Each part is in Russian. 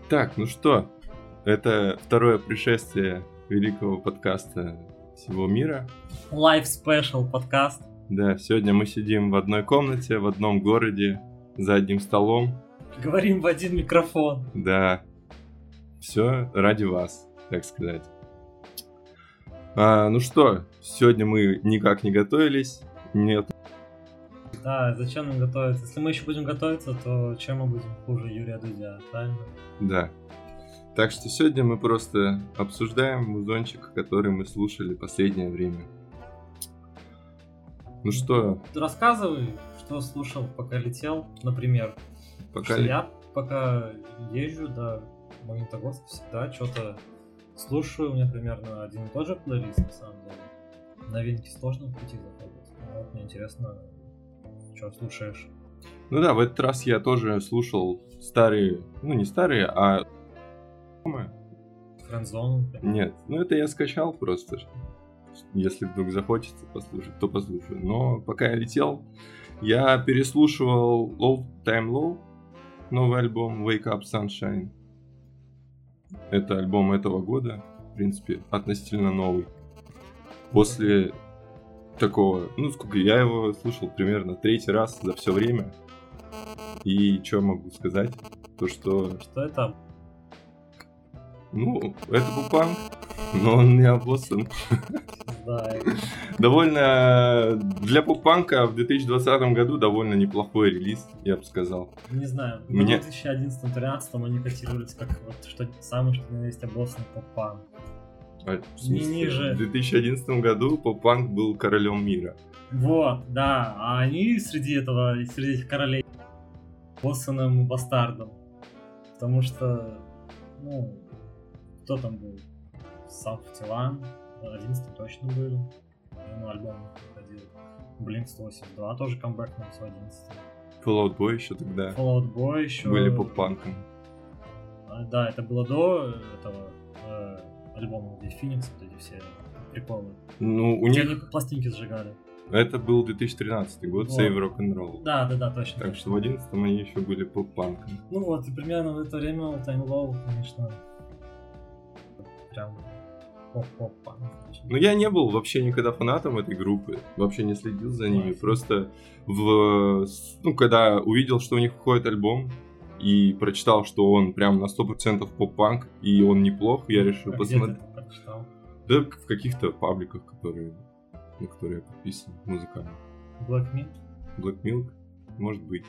Так, ну что, это второе пришествие великого подкаста всего мира. Live Special подкаст. Да, сегодня мы сидим в одной комнате, в одном городе, за одним столом. Говорим в один микрофон. Да, все ради вас, так сказать. Ну что, сегодня мы никак не готовились. Нет. Да, зачем нам готовиться? Если мы еще будем готовиться, то чем мы будем хуже Юрия Дудя, правильно? Да. Так что сегодня мы просто обсуждаем музончик, который мы слушали последнее время. Ну что? Рассказывай, что слушал, пока летел, например. Я пока езжу до Магнитогорска всегда что-то слушаю. У меня примерно один и тот же плейлист, на самом деле. Новинки сложно в пути заходят. Вот мне интересно, что слушаешь. Ну да, в этот раз я тоже слушал старые, ну не старые, а... Френдзону? Нет, ну это я скачал просто. Если вдруг захочется послушать, то послушаю. Но пока я летел, я переслушивал All Time Low, новый альбом Wake Up Sunshine. Это альбом этого года, в принципе, относительно новый. После такого, ну сколько, я его слушал примерно третий раз за все время. И что могу сказать? То, что... Что это? Ну, это поп-панк, но он не обоссан. Да. Довольно... Для поп-панка в 2020 году довольно неплохой релиз, я бы сказал. Не знаю, в 2011-2013 они котировались как вот что самое, что есть обоссанный поп-панк. В смысле, в 2011 году поп-панк был королем мира. Вот, да, а они среди этих королей обоссанным бастардом. Потому что, ну, кто там был? Сам Фатилан, 11 точно были. Ему альбом выходил. Blink-182 тоже камбэкнул с 11. Fall Out Boy еще тогда. Fall Out Boy еще... Были поп-панком. Да, это было до этого альбома, где Phoenix, вот эти все приколы. Ну, у них... них... Они пластинки сжигали. Это был 2013 год, вот. Save Rock'n'Roll. Да, точно. Так что в 11-м они еще были поп-панком. Ну вот, и примерно в это время All Time Low, конечно, прям поп-панк. Ну, я не был вообще никогда фанатом этой группы, вообще не следил за ними, просто когда увидел, что у них выходит альбом, и прочитал, что он прям на 100% поп-панк, и он неплох, я решил посмотреть. Где ты это прочитал? Да, в каких-то пабликах, на которые я подписан, музыкальных. Black Milk? Может быть.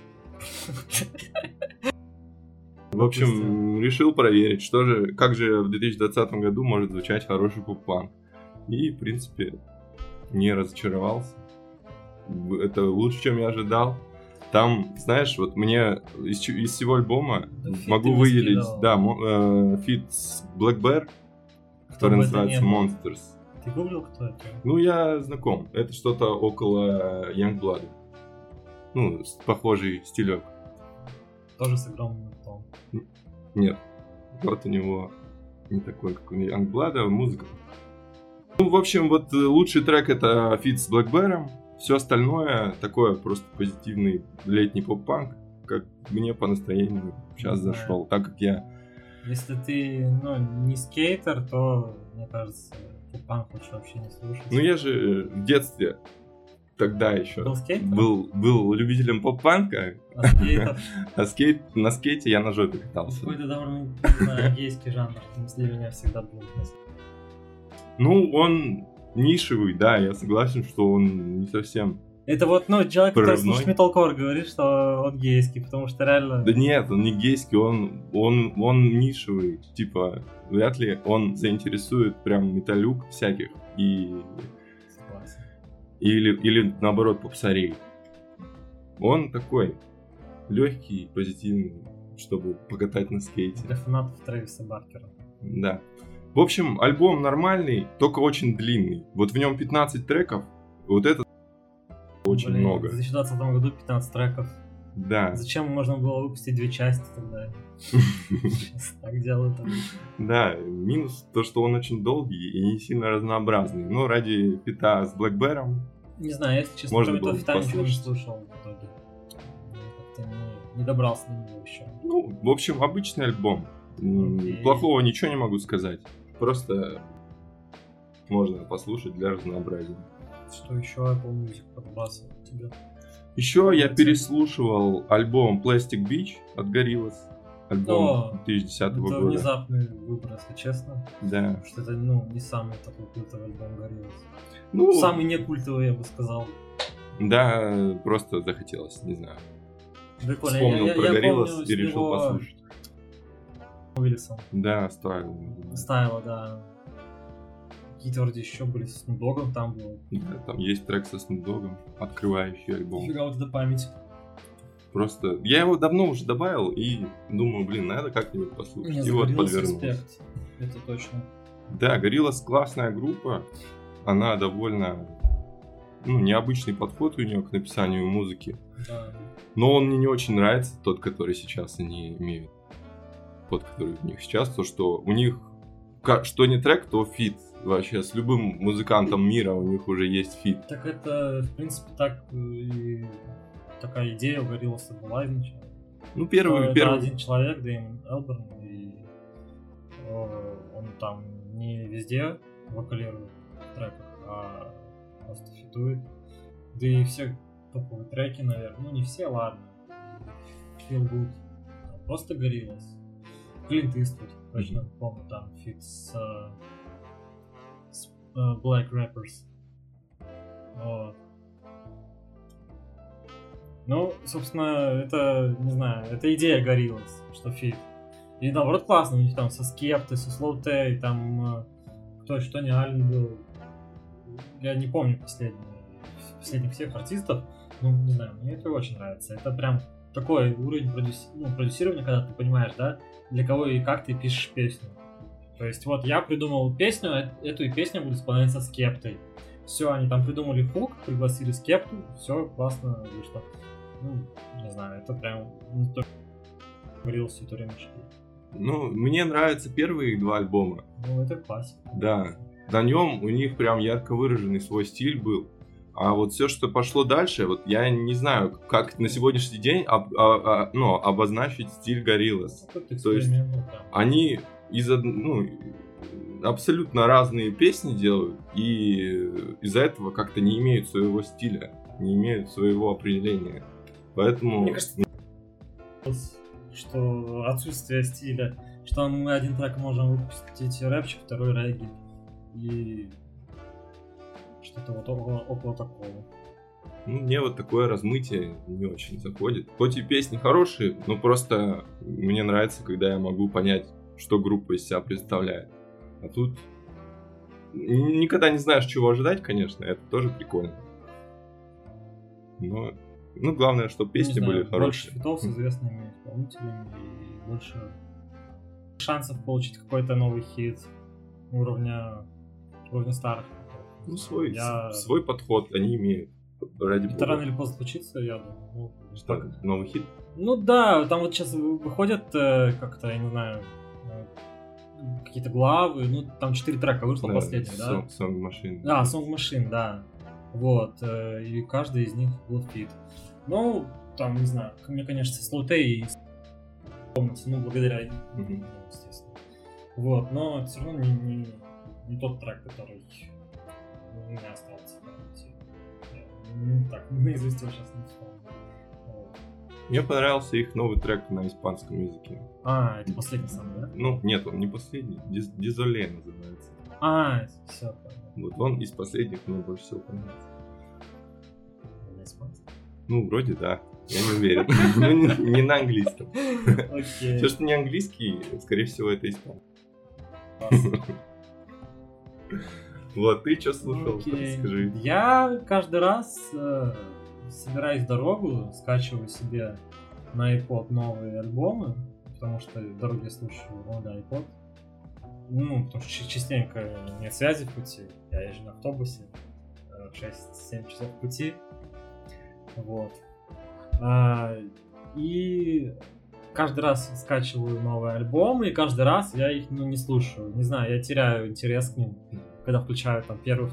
В общем, решил проверить, как же в 2020 году может звучать хороший поп-панк. И, в принципе, не разочаровался. Это лучше, чем я ожидал. Там, знаешь, вот мне из всего альбома могу выделить, фит с Black Bear, который называется Monsters. Ты гуглил, кто это? Ну, я знаком. Это что-то около Youngblood. Ну, похожий стилек. Тоже с огромным ртом. Нет. Вот у него не такой, как у Youngblood, а музыка. Ну, в общем, вот лучший трек это фит с Black Bear'ом. Все остальное такое просто позитивный летний поп-панк, как мне по настроению сейчас зашел, так как я... Если ты, не скейтер, то, мне кажется, поп-панк лучше вообще не слушать. Ну, я же в детстве тогда еще был любителем поп-панка, на скейте я на жопе катался. Какой-то довольно, не знаю, гейский жанр, для меня всегда был. Ну, он нишевый, да, я согласен, что он не совсем... Это вот, человек, который слушает металкор, говорит, что он гейский, потому что реально... Да нет, он не гейский, он нишевый, типа, вряд ли он заинтересует прям металюк всяких или наоборот попсарей. Он такой легкий, позитивный, чтобы покатать на скейте. Для фанатов Трэвиса Баркера. Да. В общем, альбом нормальный, только очень длинный. Вот в нем 15 треков, вот это очень много. В 2020 году 15 треков. Да. Зачем можно было выпустить 2 части тогда? Сейчас так делают. Да, минус то, что он очень долгий и не сильно разнообразный. Но ради фита с Black Bear'ом... Не знаю, если честно, кроме этого фита ничего не слушал в итоге. Как-то не добрался до него еще. Ну, в общем, обычный альбом. Плохого ничего не могу сказать. Просто можно послушать для разнообразия. Что еще Apple Music подбрасывает тебе? Еще я переслушивал альбом Plastic Beach от Gorillaz. Альбом 2010 года. Это внезапный выбор, если честно. Да. Потому что это, не самый такой культовый альбом Gorillaz. Самый не культовый, я бы сказал. Да, просто захотелось, не знаю. Прикольно. Вспомнил про Gorillaz и решил него... послушать. Уиллисом. Да, Стайл. Стайла, да. Какие-то вроде еще были с Snoop Dogg'ом там было. Да, там есть трек со Snoop Dogg'ом, открывающий альбом. Нифига, вот это память. Просто я его давно уже добавил и думаю, надо как-нибудь послушать. И вот подвернулся. Респект. Это точно. Да, Gorillaz классная группа. Она довольно необычный подход у нее к написанию музыки. Да. Но он мне не очень нравится, тот, который сейчас они имеют. Тот, который у них сейчас, то, что у них что не трек, то фит. Вообще с любым музыкантом мира у них уже есть фит. Так это, в принципе, так и такая идея у Gorillaz была изначально. Первый. Один человек, Дэймон Элберн, и он там не везде вокалирует в треках, а просто фитует. Да и все топовые треки, наверное. Не все, ладно. Feel Good. Просто Gorillaz. Клинт Иствуд, точно помню, там фит с Black Rappers. Вот. Собственно, это, не знаю, это идея Gorillaz, что фит. И наоборот классно, у них там со Skepta, со Slow Tay, там кто что не Аллен был. Я не помню последних всех артистов. Не знаю, мне это очень нравится. Это прям такой уровень продюсирования, когда ты понимаешь, да, для кого и как ты пишешь песню. То есть вот я придумал песню, эту песню будет исполняться Скептой. Все, они там придумали хук, пригласили Скепту, все классно вышло. Не знаю, это прям говорил все это время. Мне нравятся первые их 2 альбома. Это классика. Да, на нем у них прям ярко выраженный свой стиль был. А вот все, что пошло дальше, вот я не знаю, как на сегодняшний день обозначить стиль Gorillaz. То есть они абсолютно разные песни делают, и из-за этого как-то не имеют своего стиля, не имеют своего определения. Поэтому... Мне кажется, что отсутствие стиля, что мы один трек можем выпустить рэпчик, второй регги, и что-то вот около такого. Мне вот такое размытие не очень заходит. Хоть и песни хорошие, но просто мне нравится, когда я могу понять, что группа из себя представляет. А тут никогда не знаешь, чего ожидать, конечно, это тоже прикольно. Но главное, чтобы песни были хорошие. Больше фитов с известными исполнителями и больше шансов получить какой-то новый хит уровня старых. Свой подход они имеют. Ради это рано или поздно случится, я думаю. Что, новый хит? Да, там вот сейчас выходят как-то, я не знаю, какие-то главы, там 4 трека вышло последних, да? Song Machine. Song Machine, да. Вот, и каждый из них был фит. Там, не знаю, мне, конечно, Slow Tay и благодаря им, естественно. Вот, но это все равно не тот трек, который у меня остался. Так, наизусть его сейчас не вспомню. Мне понравился их новый трек на испанском языке. Это последний сам, да? Нет, он не последний. Дизоле называется. Все, понятно. Вот он из последних мне больше всего понравился. На испанском? Вроде да. Я не уверен. Не на английском. Окей. Все, что не английский, скорее всего, это испанский. Вот, ты что слушал? Расскажи. Я каждый раз, собираясь в дорогу, скачиваю себе на iPod новые альбомы, потому что в дороге я слушаю iPod. Потому что частенько нет связи в пути, я езжу на автобусе, 6-7 часов пути. Вот. И каждый раз скачиваю новые альбомы, и каждый раз я их не слушаю. Не знаю, я теряю интерес к ним, когда включаю там первый.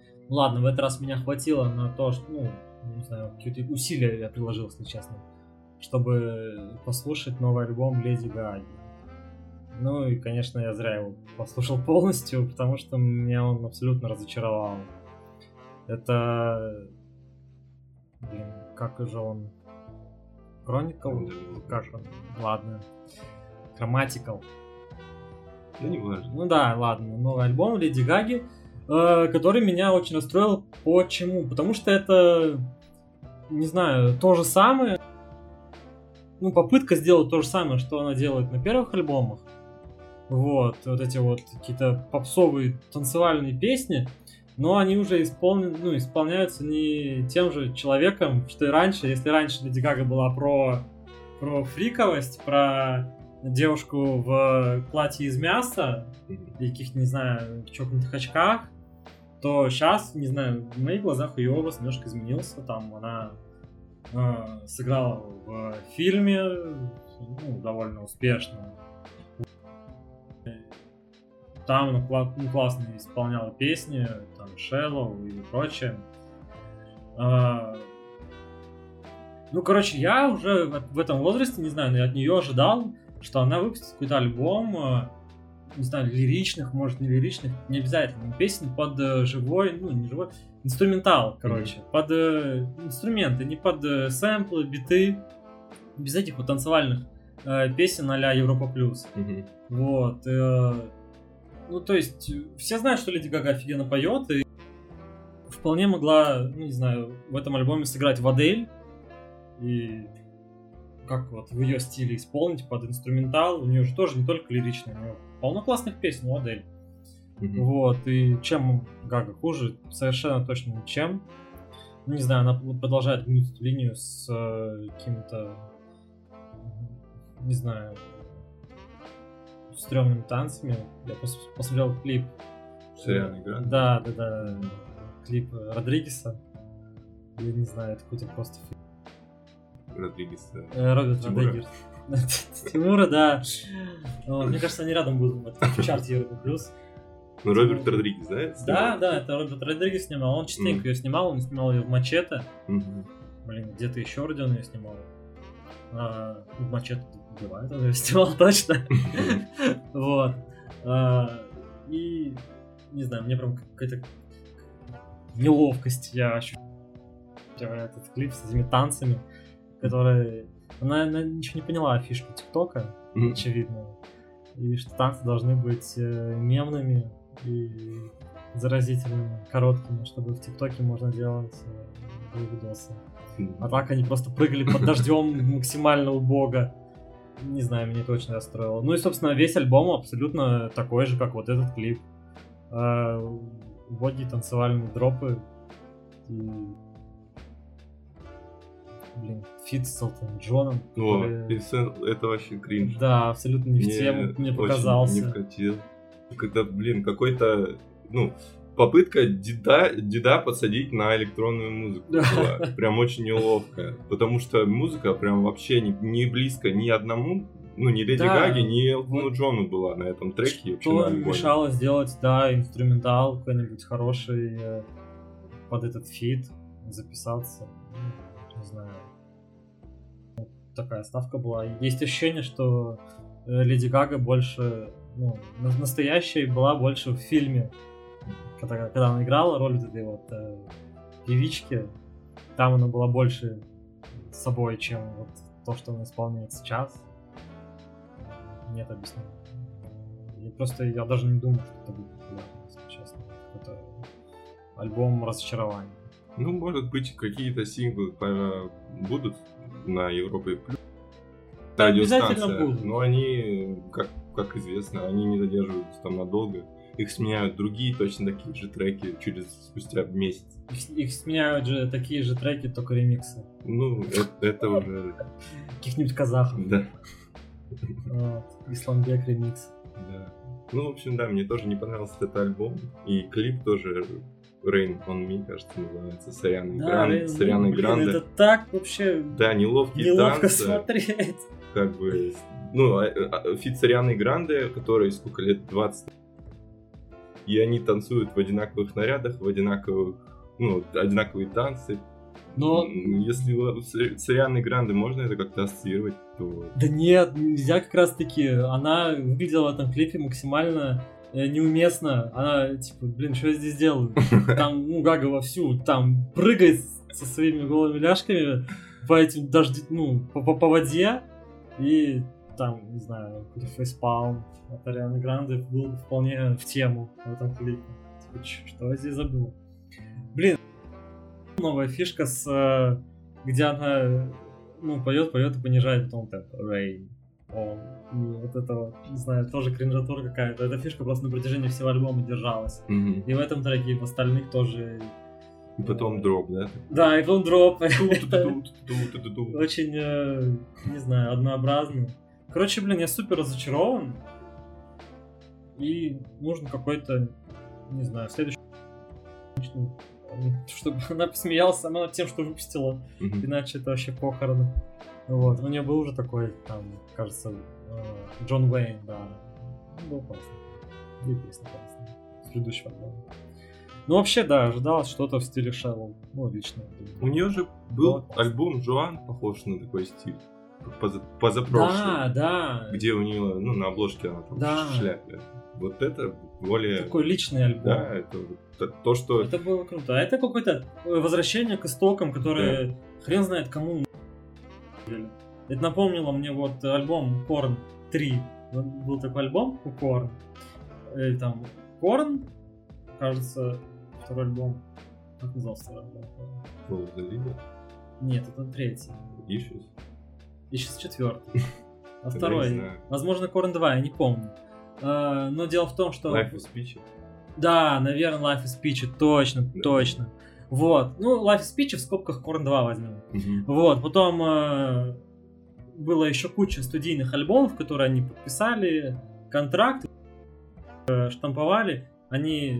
Ладно, в этот раз меня хватило на то, что, не знаю, какие-то усилия я приложил, если честно. чтобы послушать новый альбом Леди Гаги. Ну и, конечно, я зря его послушал полностью, потому что меня он абсолютно разочаровал. Это... Блин, как же он... Chronicle? Как он? Ладно. Chromatical. Да не важно. Ну да, ладно. Новый альбом Леди Гаги, который меня очень расстроил. Почему? Потому что это... Не знаю, то же самое. Ну, попытка сделать то же самое, что она делает на первых альбомах. Вот эти вот какие-то попсовые танцевальные песни, но они уже исполняются не тем же человеком, что и раньше. Если раньше Леди Гага была про фриковость, про девушку в платье из мяса и каких-то, не знаю, чокнутых очках, то сейчас, не знаю, в моих глазах ее образ немножко изменился. Там она сыграла в фильме, довольно успешно. Там она классно исполняла песни, там Shallow и прочее. Я уже в этом возрасте, не знаю, от нее ожидал, что она выпустит какой-то альбом, не знаю, лиричных, может, не лиричных, не обязательно, песен под живой, не живой, инструментал, короче, под инструменты, не под сэмплы, биты, без этих вот танцевальных песен а-ля Европа Плюс. Вот. То есть, все знают, что Леди Гага офигенно поет, и вполне могла, не знаю, в этом альбоме сыграть в Адель, и как вот в ее стиле исполнить под инструментал. У нее же тоже не только лиричный, у нее полно классных песен у Адель. Вот, и чем Гага хуже? Совершенно точно ничем. Не знаю, она продолжает гнуть эту линию с какими-то, не знаю, стрёмными танцами. Я посмотрел клип. С Арианой Гранде? Да. Клип Родригеса. Я не знаю, это какой-то просто фильм. Родригеса. Роберт Родригес. Тимура, да. Мне кажется, они рядом будут в чарте Европа Плюс. Ну, Роберт Родригес, да? Да, это Роберт Родригес снимал. Он частенько ее снимал, он снимал ее в Мачете. Блин, где-то еще Родион ее снимал. В Мачете бывает, он ее снимал точно. Вот. И, не знаю, мне прям какая-то неловкость я ощущаю этот клип с этими танцами, которые... Она ничего не поняла фишку ТикТока, очевидно. И что танцы должны быть мемными и заразительными, короткими, чтобы в ТикТоке можно делать видосы. А так они просто прыгали под дождем максимально убого. Не знаю, меня это очень расстроило. Ну и, собственно, весь альбом абсолютно такой же, как вот этот клип. Убогие танцевальные дропы. И... Блин, фит с Элтоном Джоном. Это вообще кринж. Да, абсолютно не в тему, мне показался. Не вкатил. Когда, какой-то, попытка деда подсадить на электронную музыку была. Прям очень неловкая. Потому что музыка прям вообще не близко ни одному, ни Леди Гаге, ни Элтону Джону была на этом треке. Вообще что мешало сделать, инструментал какой-нибудь хороший под этот фит, записаться. Не знаю. Такая ставка была. Есть ощущение, что Леди Гага больше, настоящая была больше в фильме. Когда она играла роль этой вот певички, там она была больше собой, чем вот то, что она исполняет сейчас. Нет объяснения. Я даже не думаю, что это будет популярно, если честно. Это альбом разочарования. Может быть, какие-то синглы будут на Европе Плюс. Да, обязательно будут. Но они, как известно, они не задерживаются там надолго. Их сменяют другие точно такие же треки спустя месяц. Их сменяют же такие же треки, только ремиксы. Это уже... Каких-нибудь казахов. Да. Исламбек ремикс. Да. В общем, да, мне тоже не понравился этот альбом. И клип тоже... Rain on Me, кажется, называется, с Арианой Гранде. Это так вообще... Да, неловко смотреть. Фит с Арианой Гранде, которой сколько лет, 20. И они танцуют в одинаковых нарядах, в одинаковые танцы. Но... Если с Арианой Гранде можно это как-то ассоциировать, то... Да нет, нельзя как раз-таки. Она выглядела в этом клипе максимально неуместно. Она, типа, блин, что я здесь делаю? Там, ну, Гага вовсю, там, прыгает со своими голыми ляжками по этим по воде. И там, не знаю, какой-то фейспалм от Арианы Гранде был вполне в тему в этом клипе. Типа, что я здесь забыл? Блин, новая фишка, где она поет и понижает потом темп. Rain. И вот это вот, не знаю, тоже кринжатура какая-то. Эта фишка просто на протяжении всего альбома держалась. И в этом треке, и в остальных тоже. И потом дроп, да? Да, и потом дроп. Очень, не знаю, однообразно. Короче, блин, я супер разочарован. И нужен какой-то, не знаю, следующий, чтобы она посмеялась сама над тем, что выпустила. Иначе это вообще похороны. Вот, у нее был уже такой, там, кажется, Джон Уэйн, да. Был классно. И песня классная. С предыдущего альбома. Ну, вообще, да, ожидалось что-то в стиле Shallow. Ну, лично. У нее же был альбом Жуан, похож на такой стиль. Позапрошлый. Да. Где у нее, на обложке она там в шляпе. Вот это более... Такой личный альбом. Да, это то, что... Это было круто. А это какое-то возвращение к истокам, которые хрен знает кому. Это напомнило мне вот альбом Korn 3. Был такой альбом у Korn. Или там Korn, кажется, второй альбом. Как назывался второй альбом? Follow the Leader? Нет, это третий. Issues четвертый. А второй, возможно, Korn 2, я не помню. Но дело в том, что... Life is Peachy. Да, наверное, Life is Peachy, точно. Вот. Ну, Life is Peachy в скобках Korn 2 возьмем. Вот, потом было еще куча студийных альбомов, которые они подписали, контракт, штамповали. Они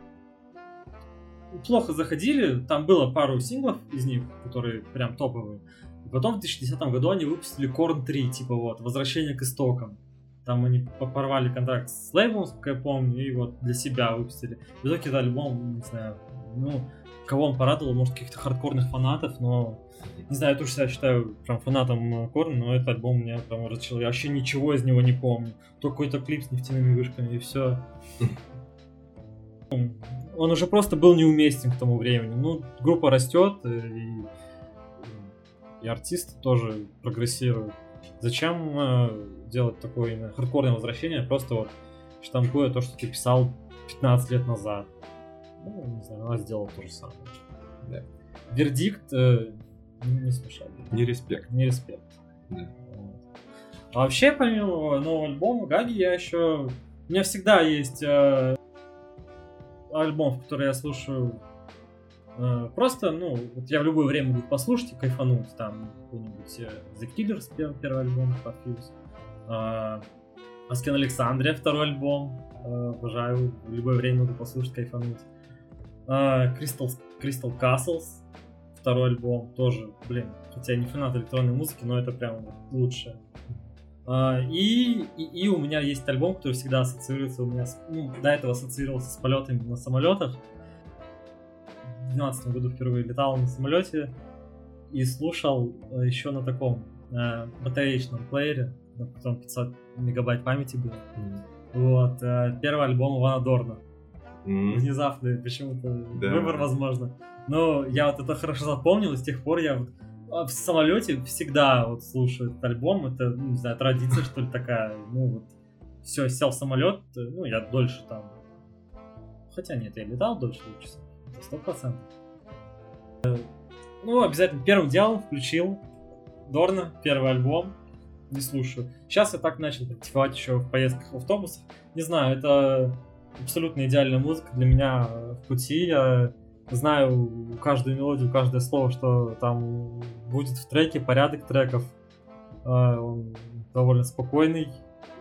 плохо заходили, там было пару синглов из них, которые прям топовые. И потом в 2010 году они выпустили Korn 3, типа вот, возвращение к истокам. Там они порвали контракт с лейблом, сколько я помню, и вот для себя выпустили. В итоге этот альбом, не знаю, кого он порадовал, может, каких-то хардкорных фанатов, но... Не знаю, я тоже себя считаю прям фанатом Корна, но этот альбом меня прям разочаровал. Я вообще ничего из него не помню. Только какой-то клип с нефтяными вышками, и все. Он уже просто был неуместен к тому времени. Ну, группа растет, и артисты тоже прогрессируют. Зачем делать такое именно хардкорное возвращение, просто вот штампуя то, что ты писал 15 лет назад? Ну, не знаю, она сделала то же самое. Да. Вердикт не смешали. Не респект. Да. А вообще, помимо нового альбома Гаги, я еще... У меня всегда есть альбом, который я слушаю просто, вот я в любое время буду послушать и кайфануть. Там какой-нибудь The Killers, первый альбом, Confused. Asken Alexandria, второй альбом. Обожаю, в любое время могу послушать, кайфануть. Crystal Castles, второй альбом, тоже, хотя я не фанат электронной музыки, но это прям лучшее. И у меня есть альбом, который всегда ассоциируется у меня, до этого ассоциировался с полетами на самолетах. В 2012 году впервые летал на самолете и слушал еще на таком батареечном плеере, на котором 500 мегабайт памяти было. Вот, первый альбом Ивана Дорна. Внезапный почему-то выбор, возможно. Но я вот это хорошо запомнил, и с тех пор я в самолете всегда вот слушаю этот альбом. Это, не знаю, традиция, что ли, такая. Все, сел в самолет, я дольше там. Хотя нет, я летал дольше 2 часов. Это 100%. Обязательно первым делом включил Дорна, первый альбом. Не слушаю. Сейчас я так начал практиковать еще в поездках в автобусах. Не знаю, это абсолютно идеальная музыка для меня в пути. Я знаю каждую мелодию, каждое слово, что там будет в треке, порядок треков. Он довольно спокойный.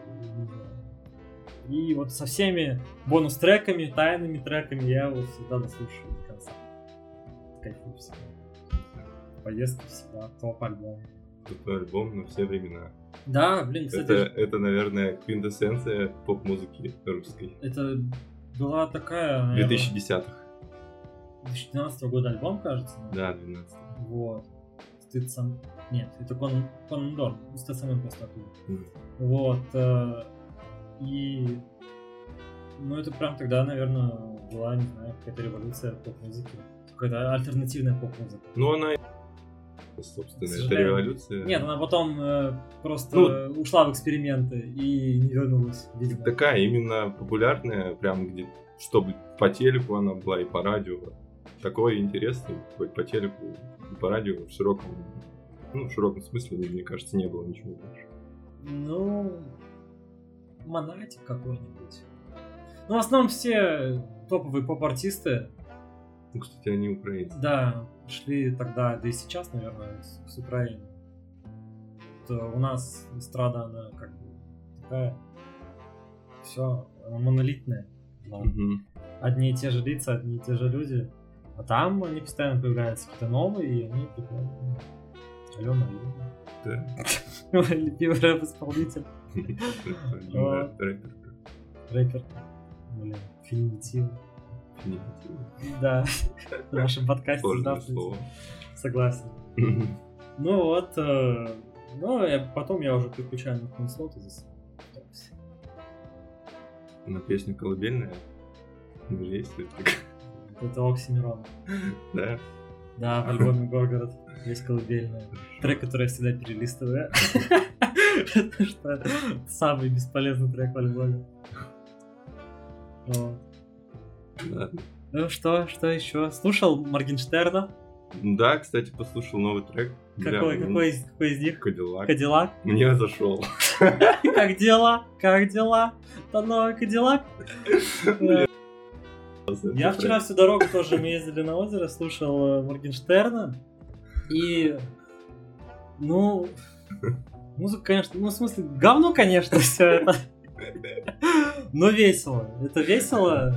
И вот со всеми бонус-треками, тайными треками я его всегда дослушаю до конца. Кайфую всегда. Поездки всегда, топ-альбом. Такой альбом на все времена. Да, кстати... Это, наверное, квинтэссенция поп-музыки русской. Это была такая... 2010-х. 2012 года альбом, кажется? Да, 12. Вот. Стыд сам... Нет, это Конан Дорн. Стыд самой просто оттуда. Вот. И... Ну, это прям тогда, наверное, была, не знаю, какая-то революция поп-музыки. Какая-то альтернативная поп-музыка. Ну, она, собственно, это революция. Нет, она потом просто ушла в эксперименты и не вернулась, видимо. Такая именно популярная, прям где, чтобы по телеку она была и по радио. Такое интересное, хоть по телеку и по радио в широком смысле, мне кажется, не было ничего больше. Ну, Монатик какой-нибудь. Ну, в основном все топовые поп-артисты. Ну, кстати, они украинцы. Да, шли тогда, да и сейчас, наверное, с Украины. То у нас эстрада, она как бы такая, все, она монолитная. Да. Одни и те же лица, одни и те же люди. А там они постоянно появляются какие-то новые, и они прикольные. Алена. Да. Любимый рэп-исполнитель. Рэпер. Блин, феминитив. Да, в нашем подкасте. Согласен. Ну вот, потом я уже переключаю на консоль и засыпаюсь. На песню «Колыбельная»? Есть ли? Это Оксимирон. Да? Да, в альбоме «Горгород» есть «Колыбельная». Трек, который я всегда перелистываю. Потому что это самый бесполезный трек в альбоме. Да. Ну что еще? Слушал Моргенштерна? Да, кстати, послушал новый трек. Какой из них? Кадиллак. Мне зашел. Как дела? Это новый Кадиллак? Я вчера всю дорогу тоже, мы ездили на озеро, слушал Моргенштерна. И... Ну... Музыка, конечно... Ну, в смысле, говно, конечно, все это. Но весело. Это весело.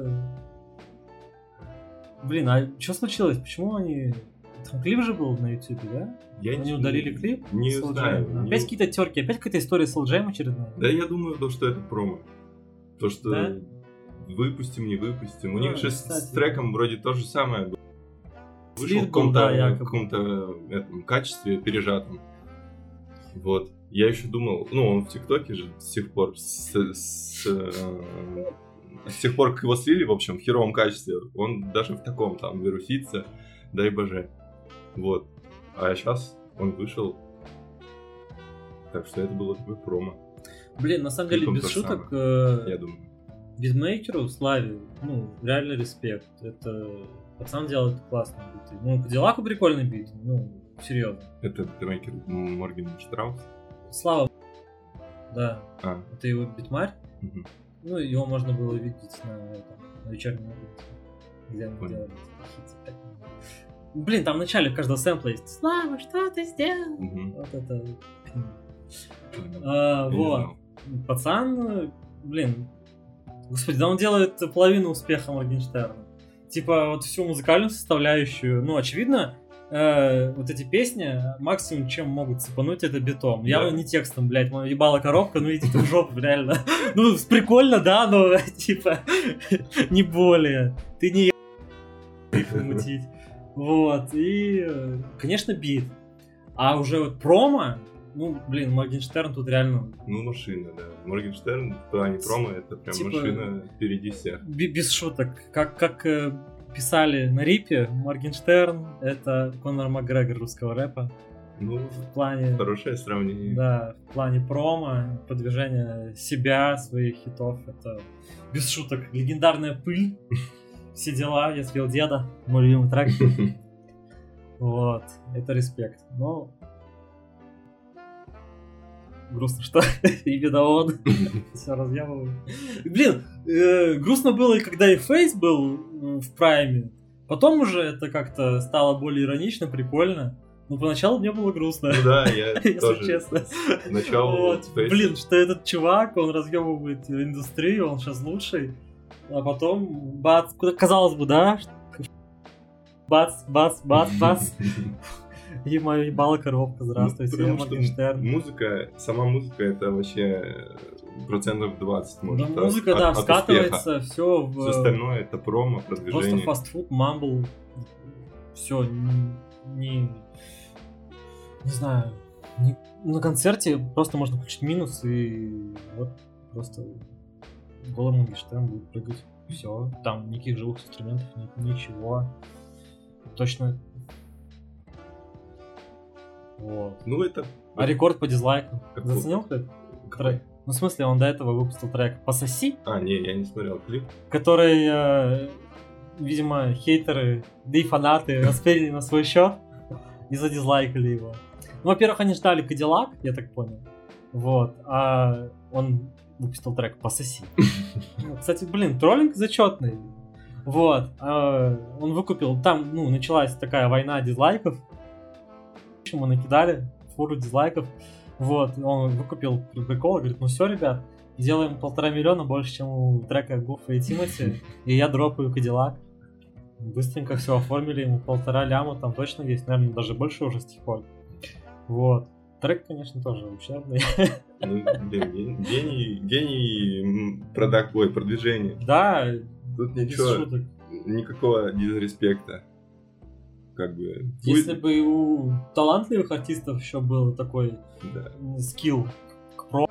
Блин, а что случилось? Почему они... Там клип же был на YouTube, да? Они удалили клип? Не знаю. Опять какие-то терки, опять какая-то история с Soulja очередная. Да, я думаю, что это промо. То, что да? выпустим, не выпустим. У них же с треком вроде то же самое было. Вышел в каком-то качестве пережатом. Вот. Я еще думал, он в ТикТоке же с тех пор, с тех пор, как его слили, в общем, в херовом качестве, он даже в таком там вирусится, дай боже. Вот. А сейчас он вышел. Так что это было такое промо. Блин, на самом деле, без шуток, я думаю. Битмейкеру, Славе, реально респект. Это, пацан делает классные биты. Кадиллаку прикольный бит, серьезно. Это битмейкер Моргенштерн? Слава, да. Это его битмарь. Его можно было видеть на вечернем улице, где они делали хит. Блин, там в начале каждого сэмпла есть «Слава, что ты сделал?» Вот это... Вот. Пацан, блин, господи, да он делает половину успеха Моргенштерна. Типа, вот всю музыкальную составляющую, очевидно, вот эти песни максимум, чем могут цепануть, это битом. Да. Явно не текстом, блядь, моя ебала коробка, иди ты в жопу, реально. Прикольно, да, но, типа, не более. Ты не мутить. Вот, и, конечно, бит. А уже вот промо, Моргенштерн тут реально... машина, да. Моргенштерн в плане промо это прям машина впереди всех. Без шуток. Как писали на рипе, Моргенштерн — это Конор Макгрегор русского рэпа. В плане... Хорошее сравнение. Да, в плане промо, продвижения себя, своих хитов. Это, без шуток, легендарная пыль. Все дела, я спел деда, мой любимый трек. Вот, это респект. Грустно, что именно он все разъявывает. Блин, грустно было, и когда и Фейс был в прайме. Потом уже это как-то стало более иронично, прикольно. Но поначалу мне было грустно. Да, я тоже. Если честно. Сначала блин, что этот чувак, он разъебывает индустрию, он сейчас лучший. А потом, бац, казалось бы, да? Бац. И моя ебала коробка, здравствуйте, я Моргенштерн. Сама музыка это вообще 20% может. Да, музыка, да, скатывается, все в... Все остальное это промо, продвижение. Просто фастфуд, мамбл, все, не знаю, на концерте просто можно включить минус и вот просто голый Моргенштерн будет прыгать. Все, там никаких живых инструментов, ничего. Точно. Вот. Ну это... А рекорд по дизлайкам. Какой? Заценил кто-то? Трек? Ну, в смысле, он до этого выпустил трек «Пососи», Не, я не смотрел клип. который, видимо, хейтеры, да и фанаты восприняли на свой счет и задизлайкали его. Ну, во-первых, они ждали Кадиллак, я так понял. Вот. А он выпустил трек «Пососи». Кстати, троллинг зачетный. Вот. Он выкупил... Там, началась такая война дизлайков. Ему накидали фуру дизлайков. Вот. Он выкупил прикол. Говорит, все, ребят, делаем 1,5 миллиона больше, чем у трека Гуфа и Тимати. И я дропаю Кадиллак. Быстренько все оформили. Ему 1,5 ляма там точно есть. Наверное, даже больше уже с тех пор. Вот. Трек, конечно, тоже ущербный. Гений продвижения. Да. Тут ничего, никакого дизреспекта. Как бы. Если бы у талантливых артистов еще был такой скилл к про,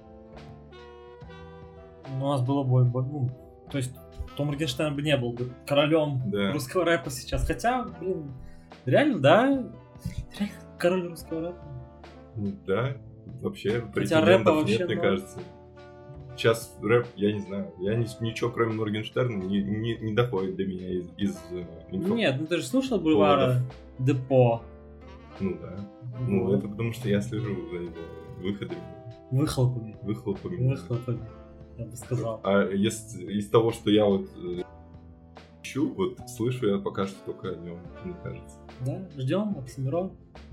у нас было бы, то есть, то Моргенштерн бы не был бы королем русского рэпа сейчас. Хотя, реально, реально король русского рэпа. Да, вообще хотя рэпа вообще нет, мне кажется. Сейчас рэп, я не знаю, ничего кроме Моргенштерна не доходит до меня из инфо. Нет, ты же слушал Бульвара Депо? Ну да. Ну это потому что я слежу за его выходами. Выхлопами, я бы сказал. А из того, что я ищу, слышу я пока что только о нем, мне кажется. Да, ждем Оксимирон.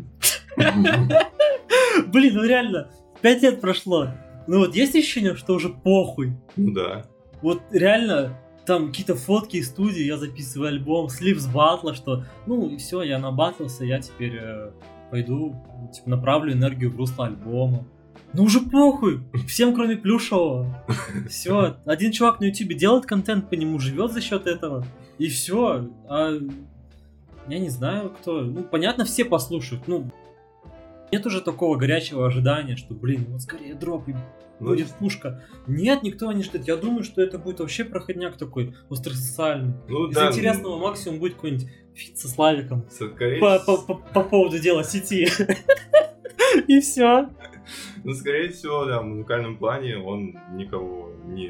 Реально, 5 лет прошло. Есть ощущение, что уже похуй. Ну да. Реально, там какие-то фотки из студии, я записываю альбом, слив с батла, что, и все, я набатлился, я теперь пойду, направлю энергию в русло альбома. Уже похуй, всем кроме Плюшевого. Все, один чувак на ютубе делает контент по нему, живет за счет этого, и все. Я не знаю, кто. Понятно, все послушают, нет уже такого горячего ожидания, что, скорее дроп, и будет пушка. Нет, никто не ждет. Я думаю, что это будет вообще проходняк такой, остросоциальный. Из интересного максимум будет какой-нибудь фит со Славиком. По поводу дела сети. И все. Скорее всего, в музыкальном плане он никого не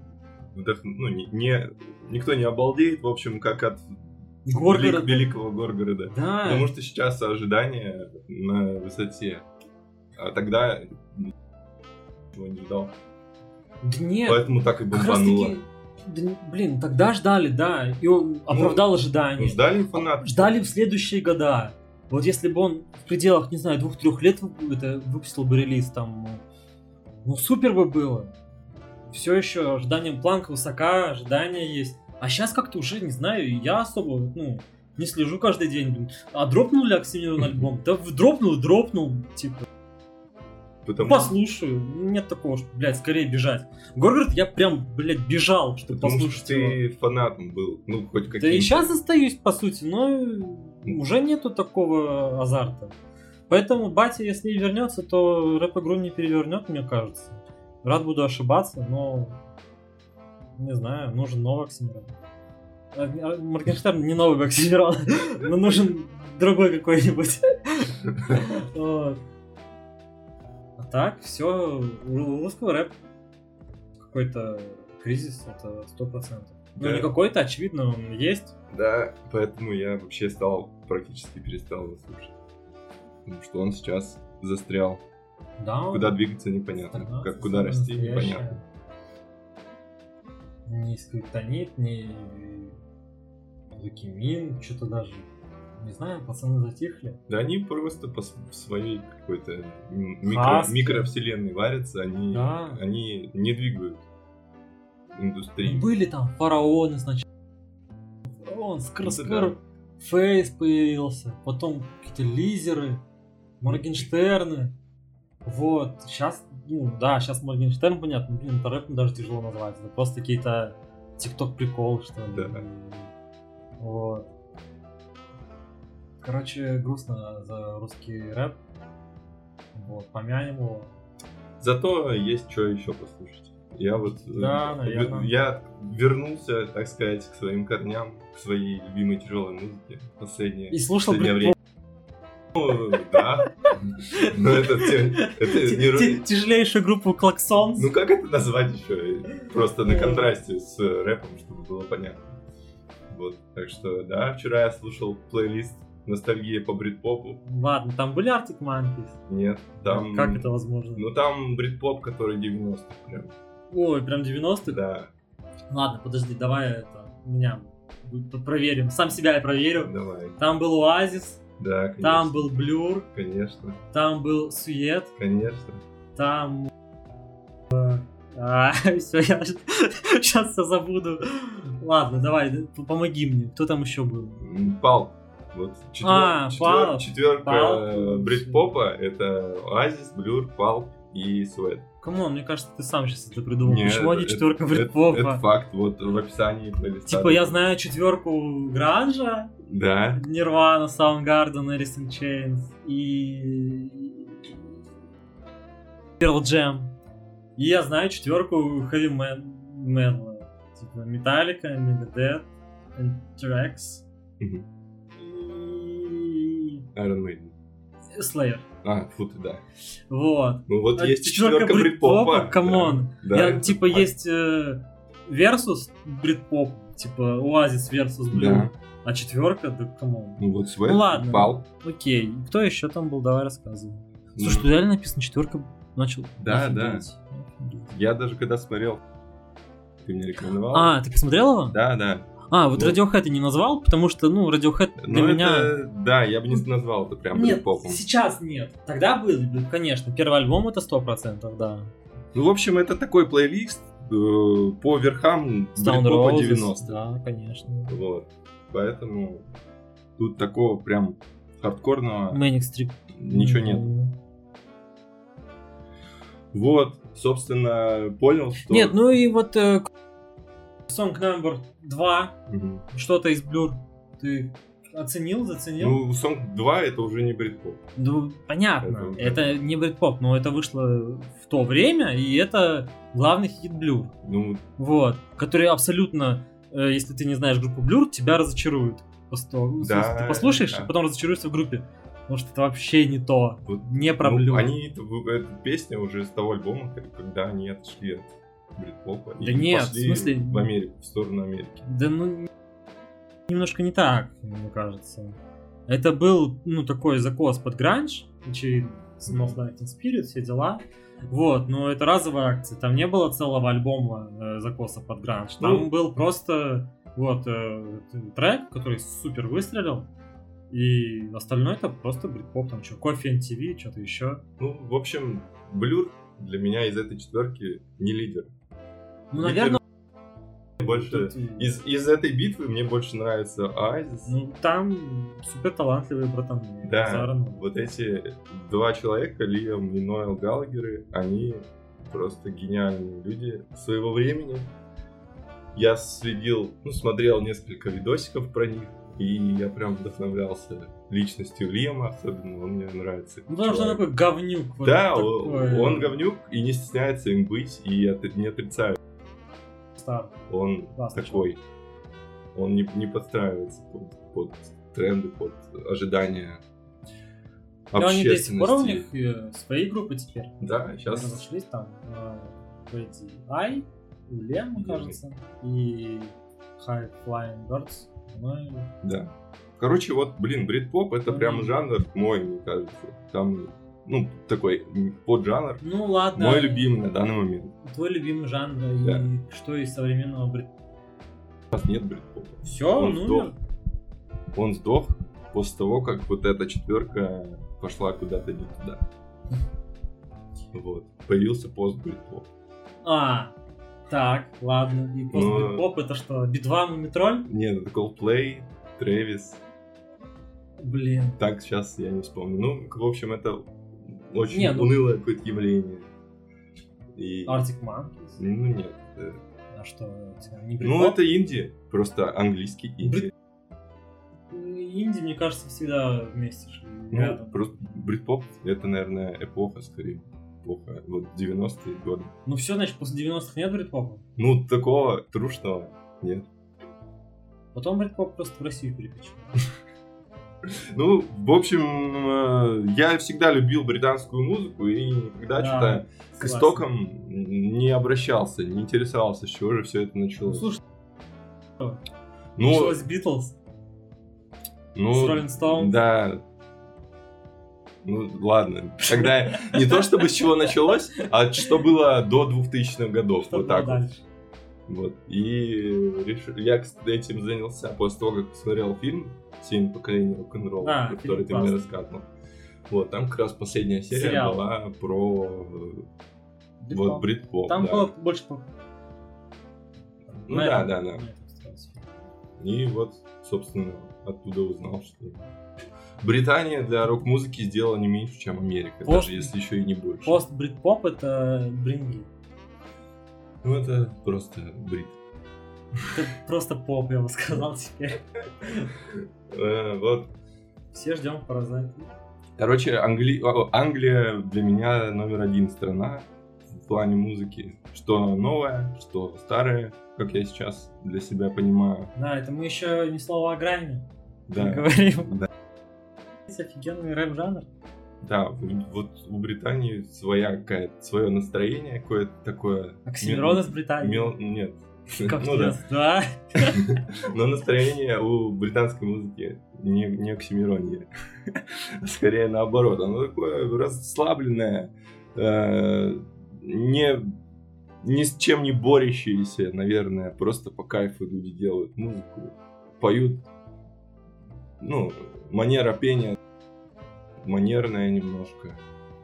никто не обалдеет, в общем, как от великого Горгорода. Да. Потому что сейчас ожидания на высоте. А тогда ничего не ждал. Да нет. Поэтому так и бомбануло. Тогда ждали, да. И он оправдал ожидания. Ждали фанаты. Ждали в следующие года. Если бы он в пределах, не знаю, 2-3 лет выпустил бы релиз, там, супер бы было. Все еще ожиданием планка высока, ожидания есть. А сейчас как-то уже, не знаю, я особо, не слежу каждый день. А дропнул ли Оксимирон альбом? Да дропнул, типа. Послушаю. Нет такого, что, скорее бежать. Горгород я прям, бежал, чтобы послушать его. Потому что ты фанатом был, хоть каким-то. Да и сейчас остаюсь, по сути, но уже нету такого азарта. Поэтому батя, если и вернется, то рэп-игру не перевернет, мне кажется. Рад буду ошибаться, но... Не знаю, нужен новый Оксимирон. Моргенштерн не новый Оксимирон, но нужен другой какой-нибудь. А так, все, у русского рэп какой-то кризис, это 100%. Не какой-то, очевидно, он есть. Да, поэтому я вообще практически перестал его слушать. Потому что он сейчас застрял. Да, куда двигаться непонятно, куда расти непонятно. Ни Скриптонит, ни Лукимин, что-то даже, не знаю, пацаны затихли. Да они просто по своей какой-то микровселенной варятся, они не двигают индустрию. Были там фараоны сначала. Фараон, Скр, Фейс появился, потом какие-то лизеры, Моргенштерны. Вот, сейчас, сейчас Моргенштерн, понятно, это рэп даже тяжело назвать, это просто какие-то тикток-приколы, что ли. Да. Вот. Короче, грустно за русский рэп. Вот, помянем его. Зато есть что еще послушать. Я вот... Да, наверное. Я вернулся, так сказать, к своим корням, к своей любимой тяжелой музыке. И слушал время. Ну, да. Но это не... Тяжелейшую группу Клаксонс. Ну, как это назвать еще? Просто на контрасте с рэпом, чтобы было понятно. Вот, так что, да, вчера я слушал плейлист «Ностальгия по брит-попу». Ладно, там были Arctic Monkeys? Нет, там... Как это возможно? Ну, там брит-поп, который 90-х прям. Ой, прям 90-х? Да. Ладно, подожди, давай это, меня проверим. Сам себя я проверю. Давай. Там был Оазис. Да, конечно. Там был Blur. Конечно. Там был Сует. Конечно. Там... Все, я сейчас все забуду. Ладно, давай, помоги мне. Кто там еще был? Палп. Вот Палп. четверка брит-попа — это Оазис, Blur, Палп и Сует. Камон, мне кажется, ты сам сейчас это придумал. Нет, почему они четверка брит-попа? Это факт, вот в описании плейлиста. Типа я знаю четверку Гранжа. Да. Nirvana, Soundgarden, Alice in Chains и Pearl Jam. И я знаю четверку Heavy Metal. Типа Metallica, Megadeth, Anthrax и Iron Maiden. Slayer. Фу ты, да. Вот. Ну вот есть четверка брит-попа. Камон. Да, типа есть Versus брит-поп, типа Oasis Versus Blue. Да. А четверка, да камон. Ну вот Sweat, ладно. Палп. Окей. Кто еще там был? Давай рассказывай. Слушай, тут реально написано четверка начал. Да, офигеть. Я даже когда смотрел, ты мне рекомендовал. Ты посмотрел его? Да. Вот Radiohead ты не назвал, потому что, Radiohead для меня... Да, я бы не назвал это прям брит-попом. Нет, сейчас нет. Тогда был, конечно. Первый альбом это 100%, да. Ну, в общем, это такой плейлист по верхам брит-попа 90-х. Да, конечно. Вот. Поэтому тут такого прям хардкорного Manic Street ничего нет. Вот, собственно, понял, что... Нет, ну и вот Song Number 2, что-то из Blur, ты оценил, заценил? Ну, Song 2 это уже не брит-поп. Ну, понятно, это не брит-поп, но это вышло в то время, и это главный хит Blur. Ну... Вот, который абсолютно, если ты не знаешь группу Blur, тебя разочарует. Да, ты послушаешь, а потом разочаруешься в группе. Потому что это вообще не то, не про Blur. Эта песня уже с того альбома, когда они отошли от брит-попа. Да и нет, пошли в смысле... в Америку, в сторону Америки. Да немножко не так, мне кажется. Это был, такой закос под гранж, очевидно, Smells Like Teen Spirit, все дела. Вот, но это разовая акция, там не было целого альбома закоса под гранж. Там был просто трек, который супер выстрелил. И остальное это просто брит-поп, там что, Coffee and TV, что-то еще. Ну, в общем, Blur для меня из этой четверки не лидер. Ну, наверное... Больше... Из этой битвы мне больше нравится Oasis. Ну, там супер талантливые братаны. Да, вот эти два человека, Лиам и Ноэл Галлагеры, они просто гениальные люди своего времени. Я смотрел несколько видосиков про них. И я прям вдохновлялся личностью Лиама, особенно он мне нравится. Ну, потому что он такой говнюк. Да, он говнюк и не стесняется им быть, и это не отрицаю. Он такой, он не подстраивается под тренды, под ожидания общественности. Но они до сих пор у них свои группы теперь. Да, сейчас. Разошлись там Ай, Лем, мне кажется, и High Flying Birds. Да. Короче, брит-поп это прям жанр мой, мне кажется. Там, такой поджанр. Ну ладно. Мой любимый на данный момент. Твой любимый жанр, да. И что из современного брит-попа? У нас нет брит-попа. Все, он умер. Он сдох после того, как вот эта четверка пошла куда-то не туда. Вот. Появился пост-брит-поп. Так, ладно. И пост-брит-поп это что? Би-2 Мумитроль? Нет, это Coldplay, Трэвис. Блин. Так, сейчас я не вспомню. В общем, это очень унылое какое-то явление. Arctic Monkeys? Нет. А что? Не брит-поп? Это инди. Просто английский инди. инди, мне кажется, всегда вместе шли. Ну, рядом. просто брит-поп — это, наверное, эпоха, скорее. Эпоха. Вот 90-е годы. Ну все, значит, после 90-х нет брит-попа? Ну, такого трушного нет. Потом брит-поп просто в Россию перекочевал. Ну, в общем, я всегда любил британскую музыку и никогда что-то к истокам не обращался, не интересовался, с чего же все это Ну, началось. слушай, началось Битлз, с Rolling Stones. Да. Ну, ладно. Тогда не то, чтобы с чего началось, а что было до 2000-х годов. Что вот было так вот. дальше? Вот. И я, кстати, этим занялся после того, как посмотрел фильм «7 поколений рок-н-ролла», про который ты мне рассказывал. Вот, там как раз последняя серия была про вот брит-поп. Там было больше... Ну да. И вот, собственно, оттуда узнал, что Британия для рок-музыки сделала не меньше, чем Америка, даже если еще и не больше. Пост-брит-поп — это бринги. Ну, это просто брит. Это просто поп, я бы сказал теперь. Вот. Все ждем Паразайт. Короче, Англия для меня номер один страна в плане музыки. Что новое, что старое, как я сейчас для себя понимаю. Да, это мы еще ни слова о грайме не говорим. Да. Офигенный рэп-жанр. Да, вот у Британии свое настроение какое-то такое. Оксимирон из Британии. Нет. Как да. Но настроение у британской музыки не оксимиронье. Скорее наоборот. Оно такое расслабленное, ни с чем не борющееся, наверное. Просто по кайфу люди делают музыку, поют. Ну, манера пения манерная немножко.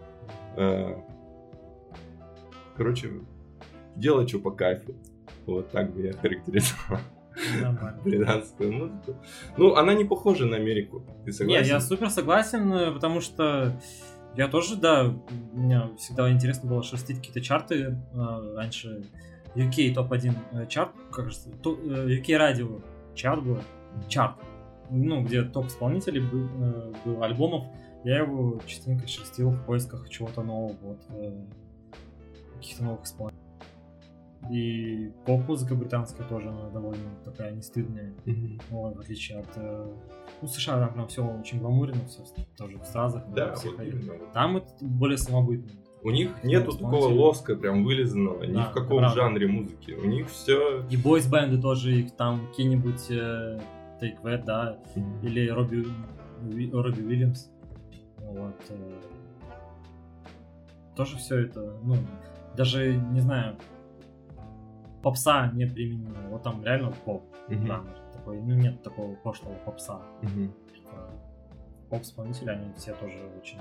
Короче, делать что по кайфу. Вот так бы я характеризовал британскую музыку. Ну, она не похожа на Америку. Ты согласен? Не, я супер согласен, потому что я тоже, да, мне всегда интересно было шерстить какие-то чарты. Раньше UK топ-1 чарт, как же, UK радио чарт был, чарт. Ну, где топ-исполнителей был альбомов, я его частенько шерстил в поисках чего-то нового, вот, каких-то новых исполнителей. И поп-музыка британская тоже, она довольно такая нестыдная, вот, в отличие от... Ну, США там прям все очень гламурно, все тоже в стразах. Да, вот именно. Там это более самобытно. У них нету такого лоска прям вылизанного, ни в каком жанре музыки. У них все... И бойс-бенды тоже, их там какие-нибудь Take That, да, или Робби Уильямс. Вот. Тоже все это, ну, даже, не знаю, попса не применимо. Вот там реально поп жанр такой, ну, нет такого пошлого попса. Поп-исполнители, они все тоже очень...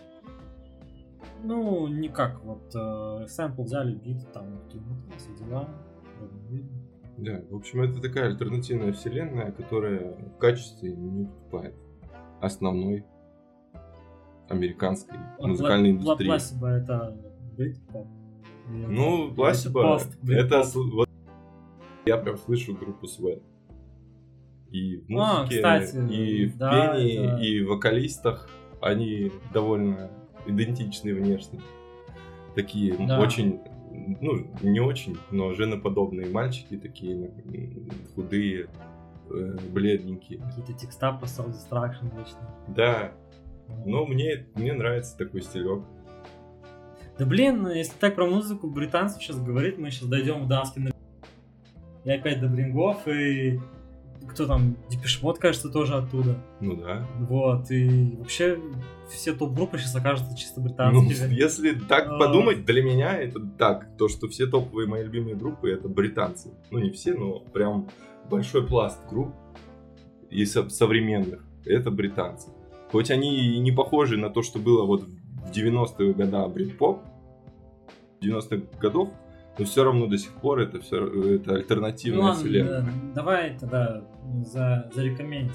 Ну, не как вот сэмпл взяли, бит, там, все дела. Да, в общем, это такая альтернативная вселенная, которая в качестве не уступает основной американской музыкальной индустрии. Пласибо это брит-поп? Ну, Пласибо это... Вот, я прям слышу группу Sweat. И в музыке, кстати, и в пении, и в вокалистах они довольно идентичны внешне. Такие очень... Ну, не очень, но женоподобные мальчики, такие худые, бледненькие. Какие-то текста по Soul Destruction вечно. Да, но мне нравится такой стилек. Да блин, если так про музыку британцев сейчас говорить, мы сейчас дойдем в Данскин. И опять до Брингов, и кто там, Депеш Мод, кажется, тоже оттуда. Ну да. Вот, и вообще все топ-группы сейчас окажутся чисто британскими. Ну, если так подумать, для меня это так, то, что все топовые мои любимые группы — это британцы. Ну, не все, но прям большой пласт групп и современных — это британцы. Хоть они и не похожи на то, что было вот в 90-е годы брит-поп, 90-х годов, но все равно до сих пор это альтернативная вселенная. Да, давай тогда зарекомендить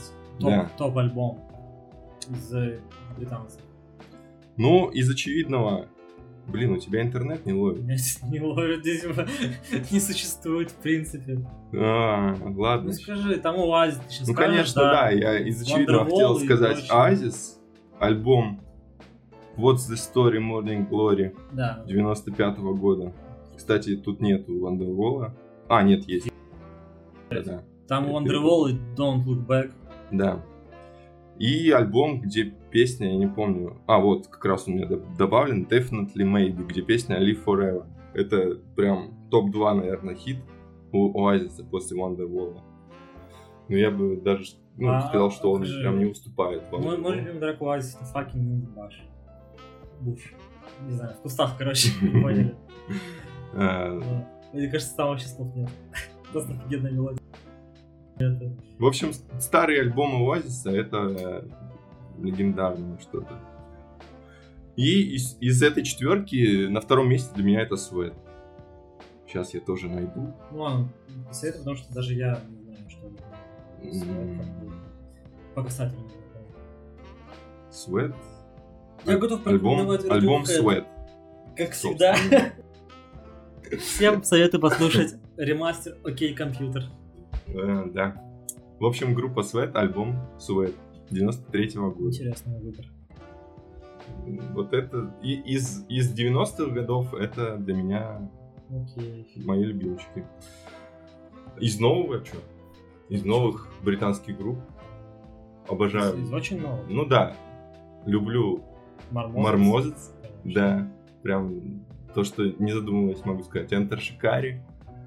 топ-альбом из британцев. Ну, из очевидного Блин, у тебя интернет не ловит. Не ловит, здесь не существует в принципе. Ладно. Ну скажи, там Оазис, ты сейчас Ну, скажешь, конечно, да. Я из очевидного хотел сказать Оазис, альбом What's the Story Morning Glory 95-го года. Кстати, тут нету Wonderwall. Нет, есть. Да. Там Wonderwall и Don't Look Back. Да. И альбом, где песня, я не помню. Вот, как раз у меня добавлен Definitely Maybe, где песня Live Forever. Это прям топ-2, наверное, хит у Оазиса после Wonderwall. Но я бы даже сказал, что он прям не уступает. Мой любимый трек Оазис это Fucking Bush. Не знаю, в кустах, короче, поняли. Мне кажется, там вообще слов нет. Просто офигенная мелодия. В общем, старые альбомы Оазиса это легендарное что-то. И из этой четверки на втором месте для меня это Sweat. Сейчас я тоже найду. Ну ладно, посоветую, потому что даже я не знаю, что это. Sweat по касательному. Sweat? Я готов порекомендовать альбом Sweat. Как всегда. Всем советую послушать ремастер «Окей, компьютер». Да. В общем, группа Sweat, альбом Sweat 93-го года. Интересный выбор. Вот это из 90-х годов это для меня мои любимчики. Из нового что? Из новых британских групп. Обожаю. Из очень новых? Ну да. Люблю Мармозец. Да. Прям то, что не задумываясь могу сказать. Enter Shikari.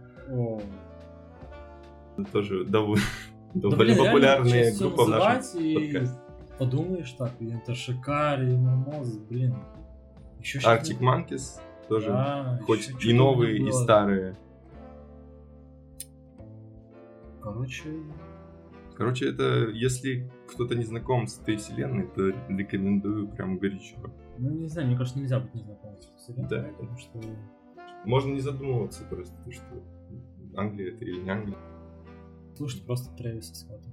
Тоже довольно популярная группа в нашем подкасте. Подумаешь так, Enter Shikari, Мармозец, блин. Arctic Monkeys тоже, хоть и новые, и старые. Короче, это если кто-то не знаком с этой вселенной, то рекомендую прям горячо. Ну, не знаю, мне кажется, нельзя быть незнакомым с вселенной. Да, потому что можно не задумываться просто, что Англия это или не Англия. Слушай, просто Трэвиса Скотта.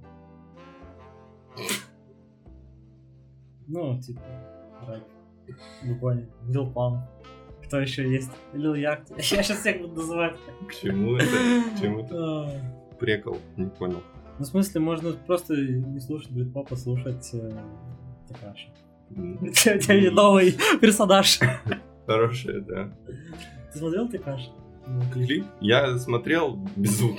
Ну, типа, рэп. Вы поняли. Lil Pump. Кто еще есть? Lil Yachty. Я сейчас всех буду называть. К чему это? К чему это? Прикол, не понял. Ну, в смысле, можно просто не слушать брит-поп, а слушать Текаши. У тебя новый персонаж. Хорошая, да. Ты смотрел Текаши? Клип? Я смотрел без звука.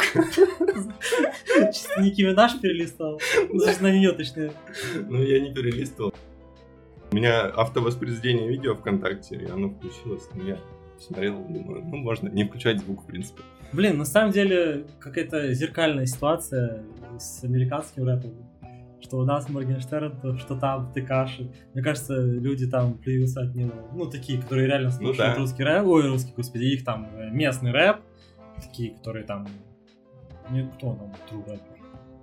Ники Минаж перелистал. Значит, на нее точнее. Ну, я не перелистывал. У меня автовоспроизведение видео ВКонтакте, и оно включилось, но я смотрел, думаю, можно не включать звук, в принципе. Блин, на самом деле, какая-то зеркальная ситуация с американским рэпом. Что у нас Моргенштерн, что там Текаши. Мне кажется, люди там плюются от него. Ну, такие, которые реально слушают русский рэп. Ой, русский, господи, их там местный рэп. Такие, которые там... Кто нам true рэпер?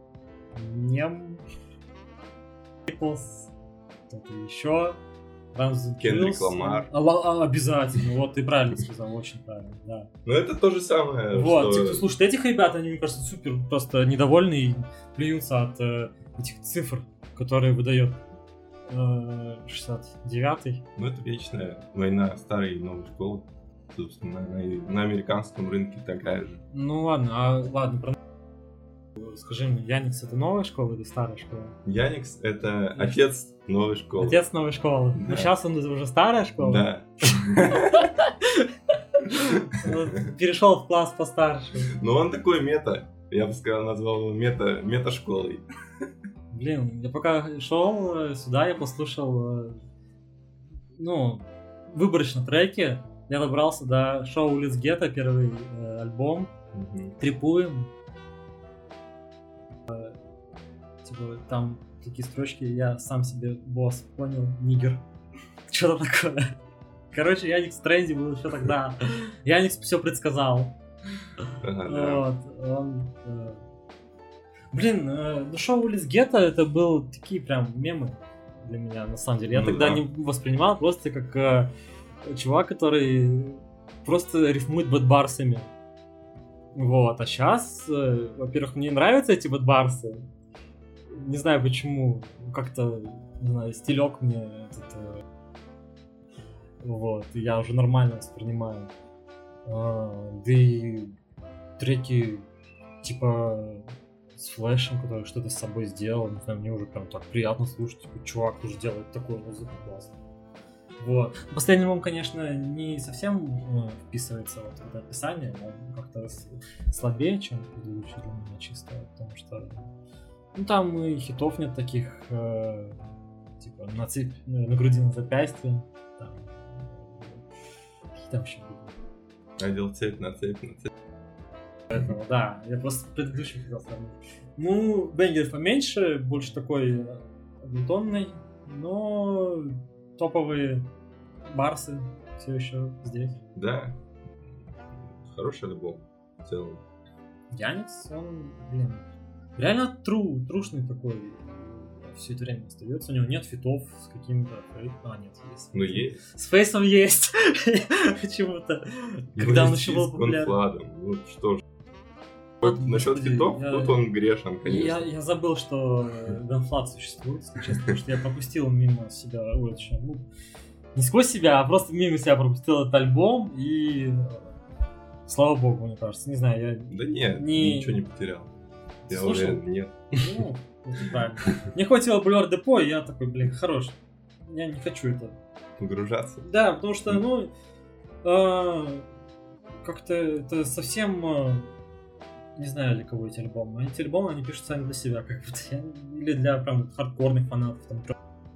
Кто-то еще. Кендрик Ламар. Обязательно, вот ты правильно сказал, очень правильно, да. Ну это то же самое. Вот, что... слушай, этих ребят, они, мне кажется, супер просто недовольны и плюются от этих цифр, которые выдает 69-й. Ну это вечная война старой и новой школы. Собственно, на американском рынке такая же. Ну ладно, про... Скажи мне, Яникс это новая школа или старая школа? Яникс это отец новой школы. Отец новой школы. Да. Ну сейчас он уже старая школа? Да. Перешел в класс постарше. Ну он такой мета. Я бы сказал, назвал его мета-школой. Блин, я пока шел сюда, я послушал выборочно треки. Я добрался до шоу Let's Get, первый альбом. Трипуем. Типа там такие строчки, я сам себе босс, понял, нигер. Что-то такое. Короче, Яникс в тренде был еще тогда. Яникс все предсказал. Вот. Блин, шоу Let's Get это был такие прям мемы для меня, на самом деле. Я тогда не воспринимал просто как чувак, который просто рифмует бэтбарсами. Вот, а сейчас, во-первых, мне нравятся эти бэтбарсы. Не знаю почему, как-то, не знаю, стилек мне этот, Вот, и я уже нормально воспринимаю. Да и треки типа с Флэшем, который что-то с собой сделал, не знаю, мне уже прям так приятно слушать, типа, чувак уже делает такую музыку классно. Вот. Последний альбом, конечно, не совсем вписывается вот в это описание, он как-то слабее, чем предыдущий для меня чисто, потому что ну там и хитов нет таких, типа на груди, на запястье, там, какие там еще были? Надел цепь на цепь на цепь. Поэтому, да, я просто предыдущий хотел сравнить. Ну, бенгер поменьше, больше такой однотонный, но топовые барсы все еще здесь. Да, хороший альбом в целом. Яникс, он, блин, реально трушный такой все это время остается. У него нет фитов с какими-то... нет, есть. Ну, есть. С Фейсом есть. Почему-то. Когда он еще был популярен. Ну, что ж. Вот насчет фитов, тут он грешен, конечно. Я забыл, что Gunflux существует, честно, потому что я пропустил мимо себя... не сквозь себя, а просто мимо себя пропустил этот альбом, и... Слава богу, мне кажется. Не знаю, я... Да нет, ничего не потерял. Я уверен, нет. Ну, это правильно. Мне хватило Boulevard Депо, и я такой, блин, хорош. Я не хочу это... Погружаться? Да, потому что, как-то это совсем... не знаю, для кого эти альбомы. Эти альбомы, они пишут сами для себя, как будто. Или для прям хардкорных фанатов. Там.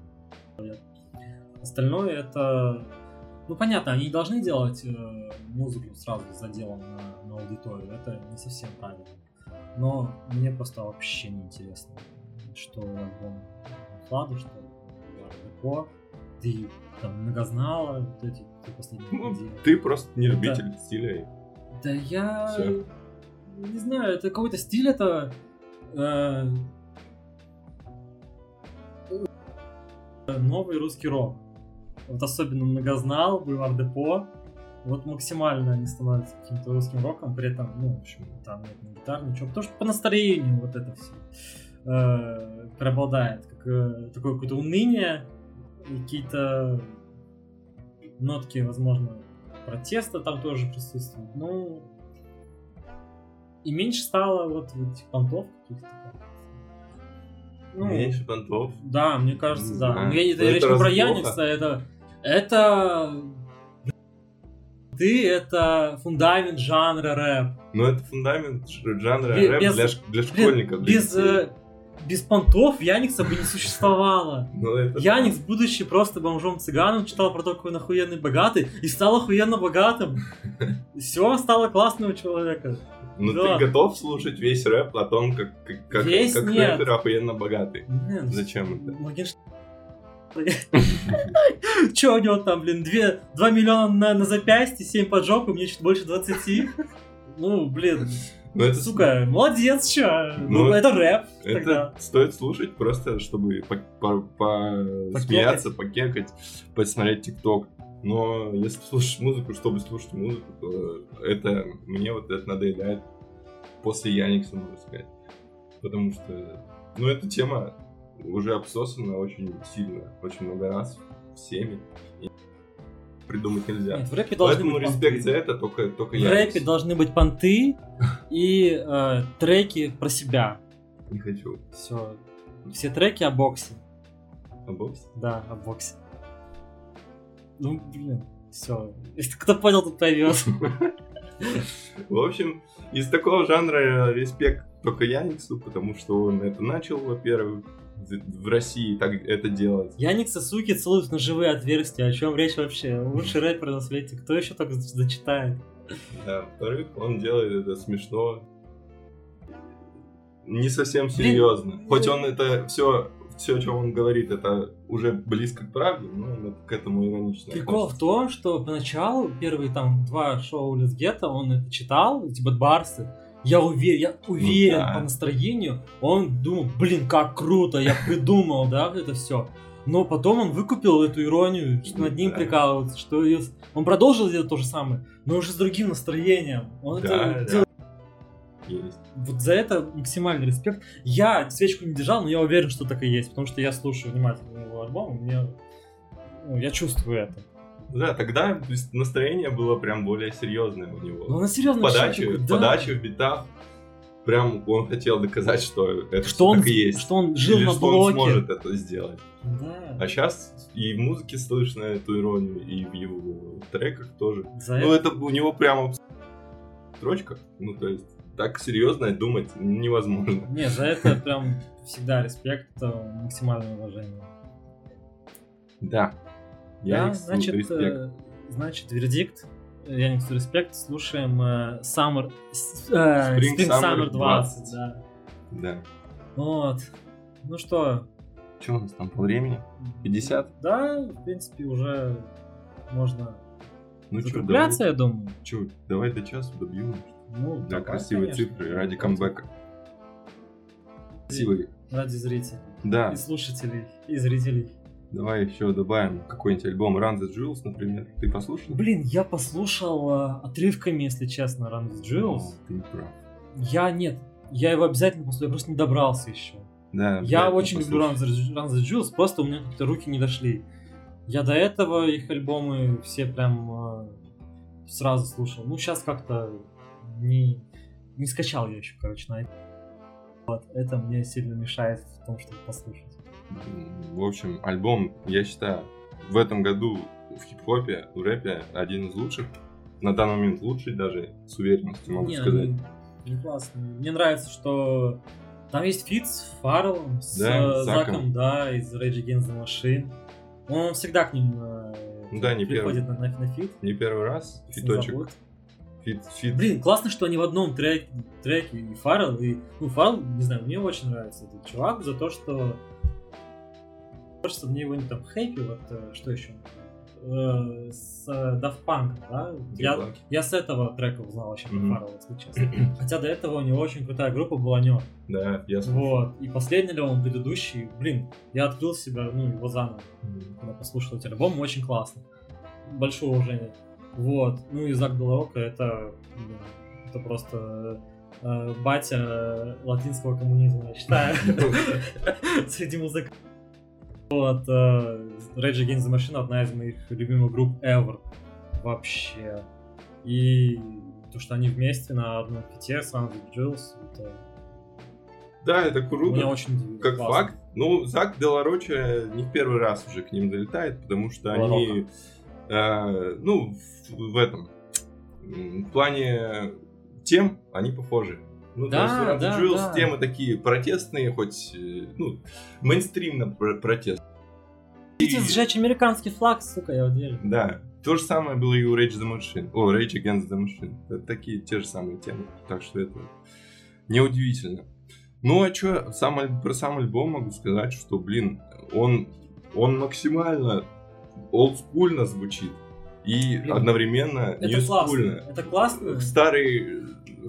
Остальное это... Ну, понятно, они не должны делать музыку сразу с заделом на аудиторию. Это не совсем правильно. Но мне просто вообще не интересно, что альбом Флада, что Депо, ты там многознала, вот эти последние годы. Ты просто не любитель стиля. Да я... Всё. Не знаю, это какой-то стиль, это... новый русский рок. Вот особенно многознал, Boulevard Депо. Вот максимально они становятся каким-то русским роком, при этом, ну, в общем, там нет ни гитар, ничего, потому что по настроению вот это все преобладает, как такое какое-то уныние, какие-то нотки, возможно, протеста там тоже присутствуют, ну, и меньше стало вот этих понтов каких-то. Ну, меньше понтов? Да, мне кажется, да. Это речь не про Яникса, это... это фундамент жанра рэп. Ну, это фундамент жанра рэп для школьников. Без понтов Яникса бы не существовало. Ну, Яникс, будучи просто бомжом-цыганом, читал про то, какой он охуенный богатый, и стал охуенно богатым. Все стало классно у человека. Ну, да. Ты готов слушать весь рэп о том, как рэпер охуенно богатый? Нет. Зачем это? Че у него там, блин, 2 миллиона на запястье, 7 под жопу, мне чуть больше 20. Ну, блин, сука, молодец, чё? Ну, это рэп. Это тогда стоит слушать просто, чтобы посмеяться, покекать, посмотреть ТикТок. Но если слушаешь музыку, чтобы слушать музыку, то мне вот это надоедает после Яникса, можно сказать. Потому что, ну, эта тема уже обсосана очень сильно, очень много раз всеми. И придумать нельзя. Нет, в рэпе должны Поэтому быть респект понты. за это только Яникс. В рэпе должны быть понты и треки про себя. Не хочу. Все треки о боксе. О боксе? Да, о боксе. Ну, блин, все. Если кто понял, тот поймет. В общем, из такого жанра респект только Яниксу, потому что он это начал, во-первых, в России так это делать. Яникса, суки, целуют ножевые отверстия. О чем речь вообще? Лучший рэпер на свете. Кто еще так зачитает? Да, во-вторых, он делает это смешно. Не совсем серьезно. Хоть он это все, что он говорит, это уже близко к правде, но он к этому иронично. Прикол в том, что поначалу первые там 2 шоу Лесгета он это читал, типа барсы. Я уверен по настроению, он думал, блин, как круто, я придумал, да, это все. Но потом он выкупил эту иронию, что над ним прикалываться, что он продолжил делать то же самое, но уже с другим настроением. Он это делает. Есть. Вот за это максимальный респект. Я свечку не держал, но я уверен, что так и есть, потому что я слушаю внимательно его альбом, я чувствую это. Да, тогда то есть, настроение было прям более серьезное у него. Ну, на серьезно, Подача в битах. Прям он хотел доказать, что это что он, так и есть. Что он жил или на что блоке. Он сможет это сделать. Да. А сейчас и в музыке слышно эту иронию, и в его треках тоже. За ну, это у него прямо в строчках. Ну, то есть, так серьезно думать невозможно. Не, за это прям всегда респект, максимальное уважение. Да. Значит, вердикт. Яниксу респект. Слушаем Spring Summer 20. Да. Вот. Ну что? Что у нас там по времени? 50? Да, в принципе, уже можно закругляться, я думаю. Че, давай до часу добьем. Ну, для красивой цифры, ради камбэка. Красивый. Ради зрителей. Да. И слушателей, и зрителей. Давай еще добавим какой-нибудь альбом Run the Jewels, например. Ты послушал? Блин, я послушал отрывками, если честно, Run the Jewels. Ты не прав. Я его обязательно послушаю, я просто не добрался еще. Да, я очень люблю Run the Jewels, просто у меня как-то руки не дошли. Я до этого их альбомы все прям сразу слушал. Ну, сейчас как-то не скачал я еще, короче, на iPad. Вот, это мне сильно мешает в том, чтобы послушать. В общем, альбом, я считаю, в этом году в хип-хопе, в рэпе один из лучших. На данный момент лучший даже, с уверенностью могу сказать. Не классно. Мне нравится, что там есть фит с Фарреллом, с Заком, да, из Rage Against the Machine. Он всегда к ним приходит на фит. Не первый раз, фиточек. Фит. Блин, классно, что они в одном треке и Фаррелл, и... Ну, Фаррелл, не знаю, мне очень нравится этот чувак за то, что... Кажется, мне его не там Хэппи, вот что еще? С Daft Punk, да? Я с этого трека узнал вообще про Фаррелла, если честно. Хотя до этого у него очень крутая группа была Нёрд. Да, я слушал. Вот. И последний альбом, предыдущий, блин, я открыл себя, его заново, когда послушал эти альбомы, очень классно. Большое уважение. Вот. Ну и Зак де ла Рока, это просто батя латинского коммунизма, я считаю. Среди музыкантов. Вот, Rage Against the Machine одна из моих любимых групп ever. Вообще. И то, что они вместе на одном фите с Run the Jewels, это... Да, это круто. Меня очень удивило. Как классно. Факт. Ну, Зак де ла Роча не в первый раз уже к ним долетает, потому что они... в плане тем они похожи. Ну, да, то есть Jewels темы такие протестные, хоть, мейнстримно протест. Хотите сжечь американский флаг, сука, я уверен. Да, то же самое было и у Rage Against the Machine. Это такие те же самые темы, так что это неудивительно. Ну, а что, про сам альбом могу сказать, что, блин, он максимально олдскульно звучит и одновременно ньюскульно. Это классно. Старый,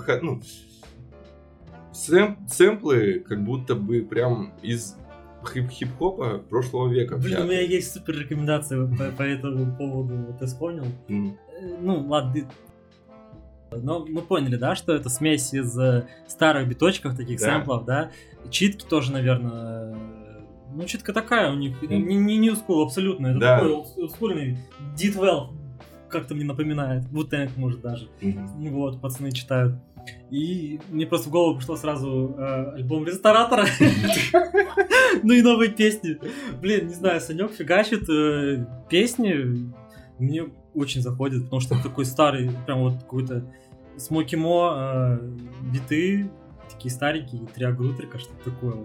сэмплы как будто бы прям из хип-хопа прошлого века. Блин, у меня есть супер рекомендация по этому поводу, вот ты вспомнил. Ну, ладно, но мы поняли, да, что это смесь из старых биточков, таких сэмплов, да. Читки тоже, наверное... Ну, читка такая у них, не new school абсолютно, это такой олдскульный D12, как-то мне напоминает, Wu-Tang, может, даже. Вот, пацаны читают. И мне просто в голову пришло сразу альбом Ресторатора. Ну и новые песни. Блин, не знаю, Санек фигачит песни. Мне очень заходит, потому что такой старый, прям вот какой-то Смоки Мо биты, такие старенькие, триагрутрика, что-то такое.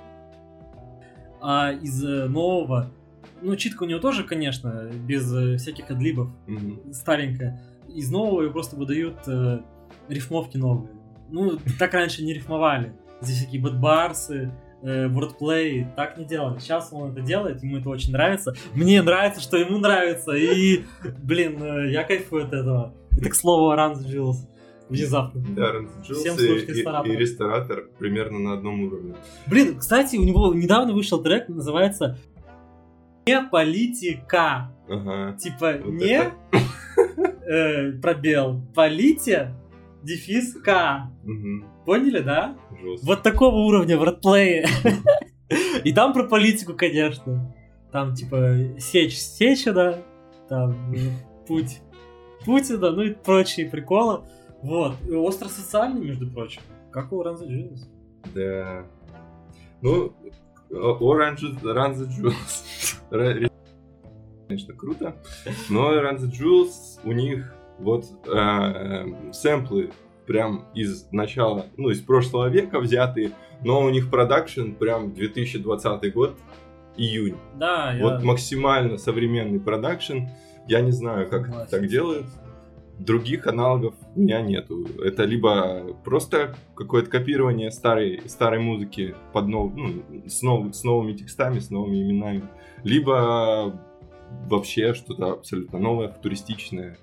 А из нового, ну, читка у него тоже, конечно, без всяких адлибов, старенькая. Из нового ее просто выдают рифмовки новые. Ну, так раньше не рифмовали. Здесь всякие бэтбарсы, wordplay, так не делали. Сейчас он это делает, ему это очень нравится. Мне нравится, что ему нравится. И, блин, я кайфую от этого. Это, к слову, Run the Jewels. Внезапно. Да, Run the Jewels и Ресторатор примерно на одном уровне. Блин, кстати, у него недавно вышел трек, называется «Не политика». Ага. Типа вот не пробел, полите, дефис К. Поняли, да? Жестко. Вот такого уровня в рэдплее. И там про политику, конечно. Там типа сечь, да. там путь Путина, ну и прочие приколы. Вот. И остро-социальный, между прочим. Как у Run the Jewels. Да. Ну, Run the Jewels. Конечно, круто. Но Run the Jewels, у них вот сэмплы прям из начала, ну, из прошлого века взятые, но у них продакшн прям 2020 год, июнь. Да, вот максимально современный продакшн. Я не знаю, как так делают. Других аналогов у меня нету. Это либо просто какое-то копирование старой музыки под с новыми текстами, с новыми именами, либо вообще что-то абсолютно новое, футуристичное.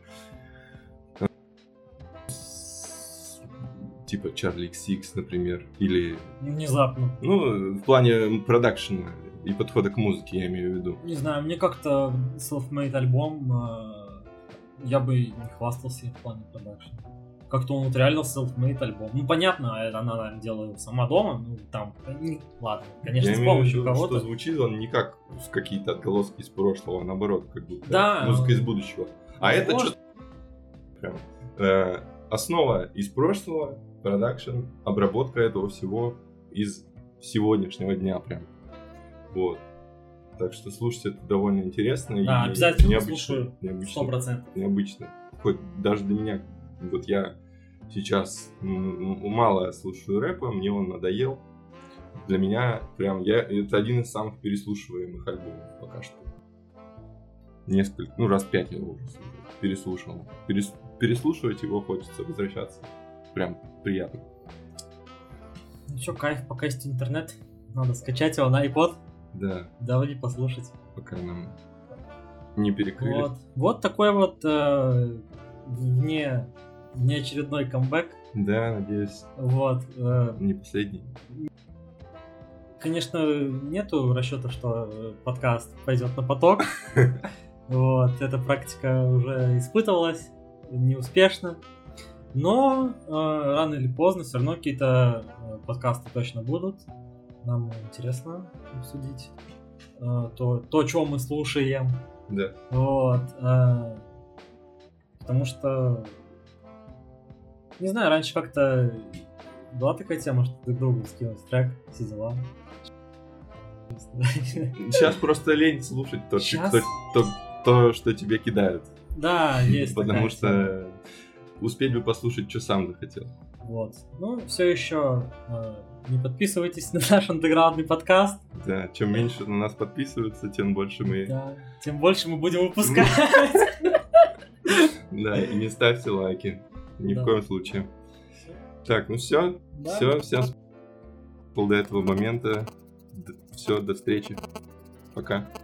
Типа Charlie XX, например, или... Внезапно. Ну, в плане продакшена и подхода к музыке, я имею в виду. Не знаю, мне как-то self-made альбом... Я бы не хвастался в плане продакшена. Как-то он вот реально self-made альбом. Ну, понятно, она, наверное, делает сама дома, ну, там, ладно, конечно, я с помощью кого-то. Что звучит он не как какие-то отголоски из прошлого, а наоборот, как будто да, музыка из будущего. А это что-то прям основа из прошлого, продакшн, обработка этого всего из сегодняшнего дня прям. Вот. Так что слушать это довольно интересно. Да, и обязательно необычно, слушаю. 100%. Необычно. Хоть даже для меня, вот я сейчас мало слушаю рэпа, мне он надоел. Для меня прям, это один из самых переслушиваемых альбомов пока что. Раз 5 я его уже переслушал. Переслушивать его хочется, возвращаться. Прям приятно. Ну что, кайф, пока есть интернет. Надо скачать его на iPod. Да. Давай послушать. Пока нам не перекрыли. Вот такой вот внеочередной камбэк. Да, надеюсь. Вот. Не последний. Конечно, нету расчета, что подкаст пойдет на поток. Вот. Эта практика уже испытывалась неуспешно. Но рано или поздно все равно какие-то подкасты точно будут. Нам интересно обсудить то, что мы слушаем. Да. Вот. Потому что, не знаю, раньше как-то была такая тема, что друг другу скинуть трек, все дела. Сейчас просто лень слушать то, что тебе кидают. Да, есть. Потому что успеть бы послушать, что сам захотел. Вот. Ну, все еще не подписывайтесь на наш андеграундный подкаст. Да, чем меньше на нас подписываются, тем больше мы... Да, тем больше мы будем выпускать. Да, и не ставьте лайки. Ни в коем случае. Так, ну все. Всем до этого момента. Все, до встречи. Пока.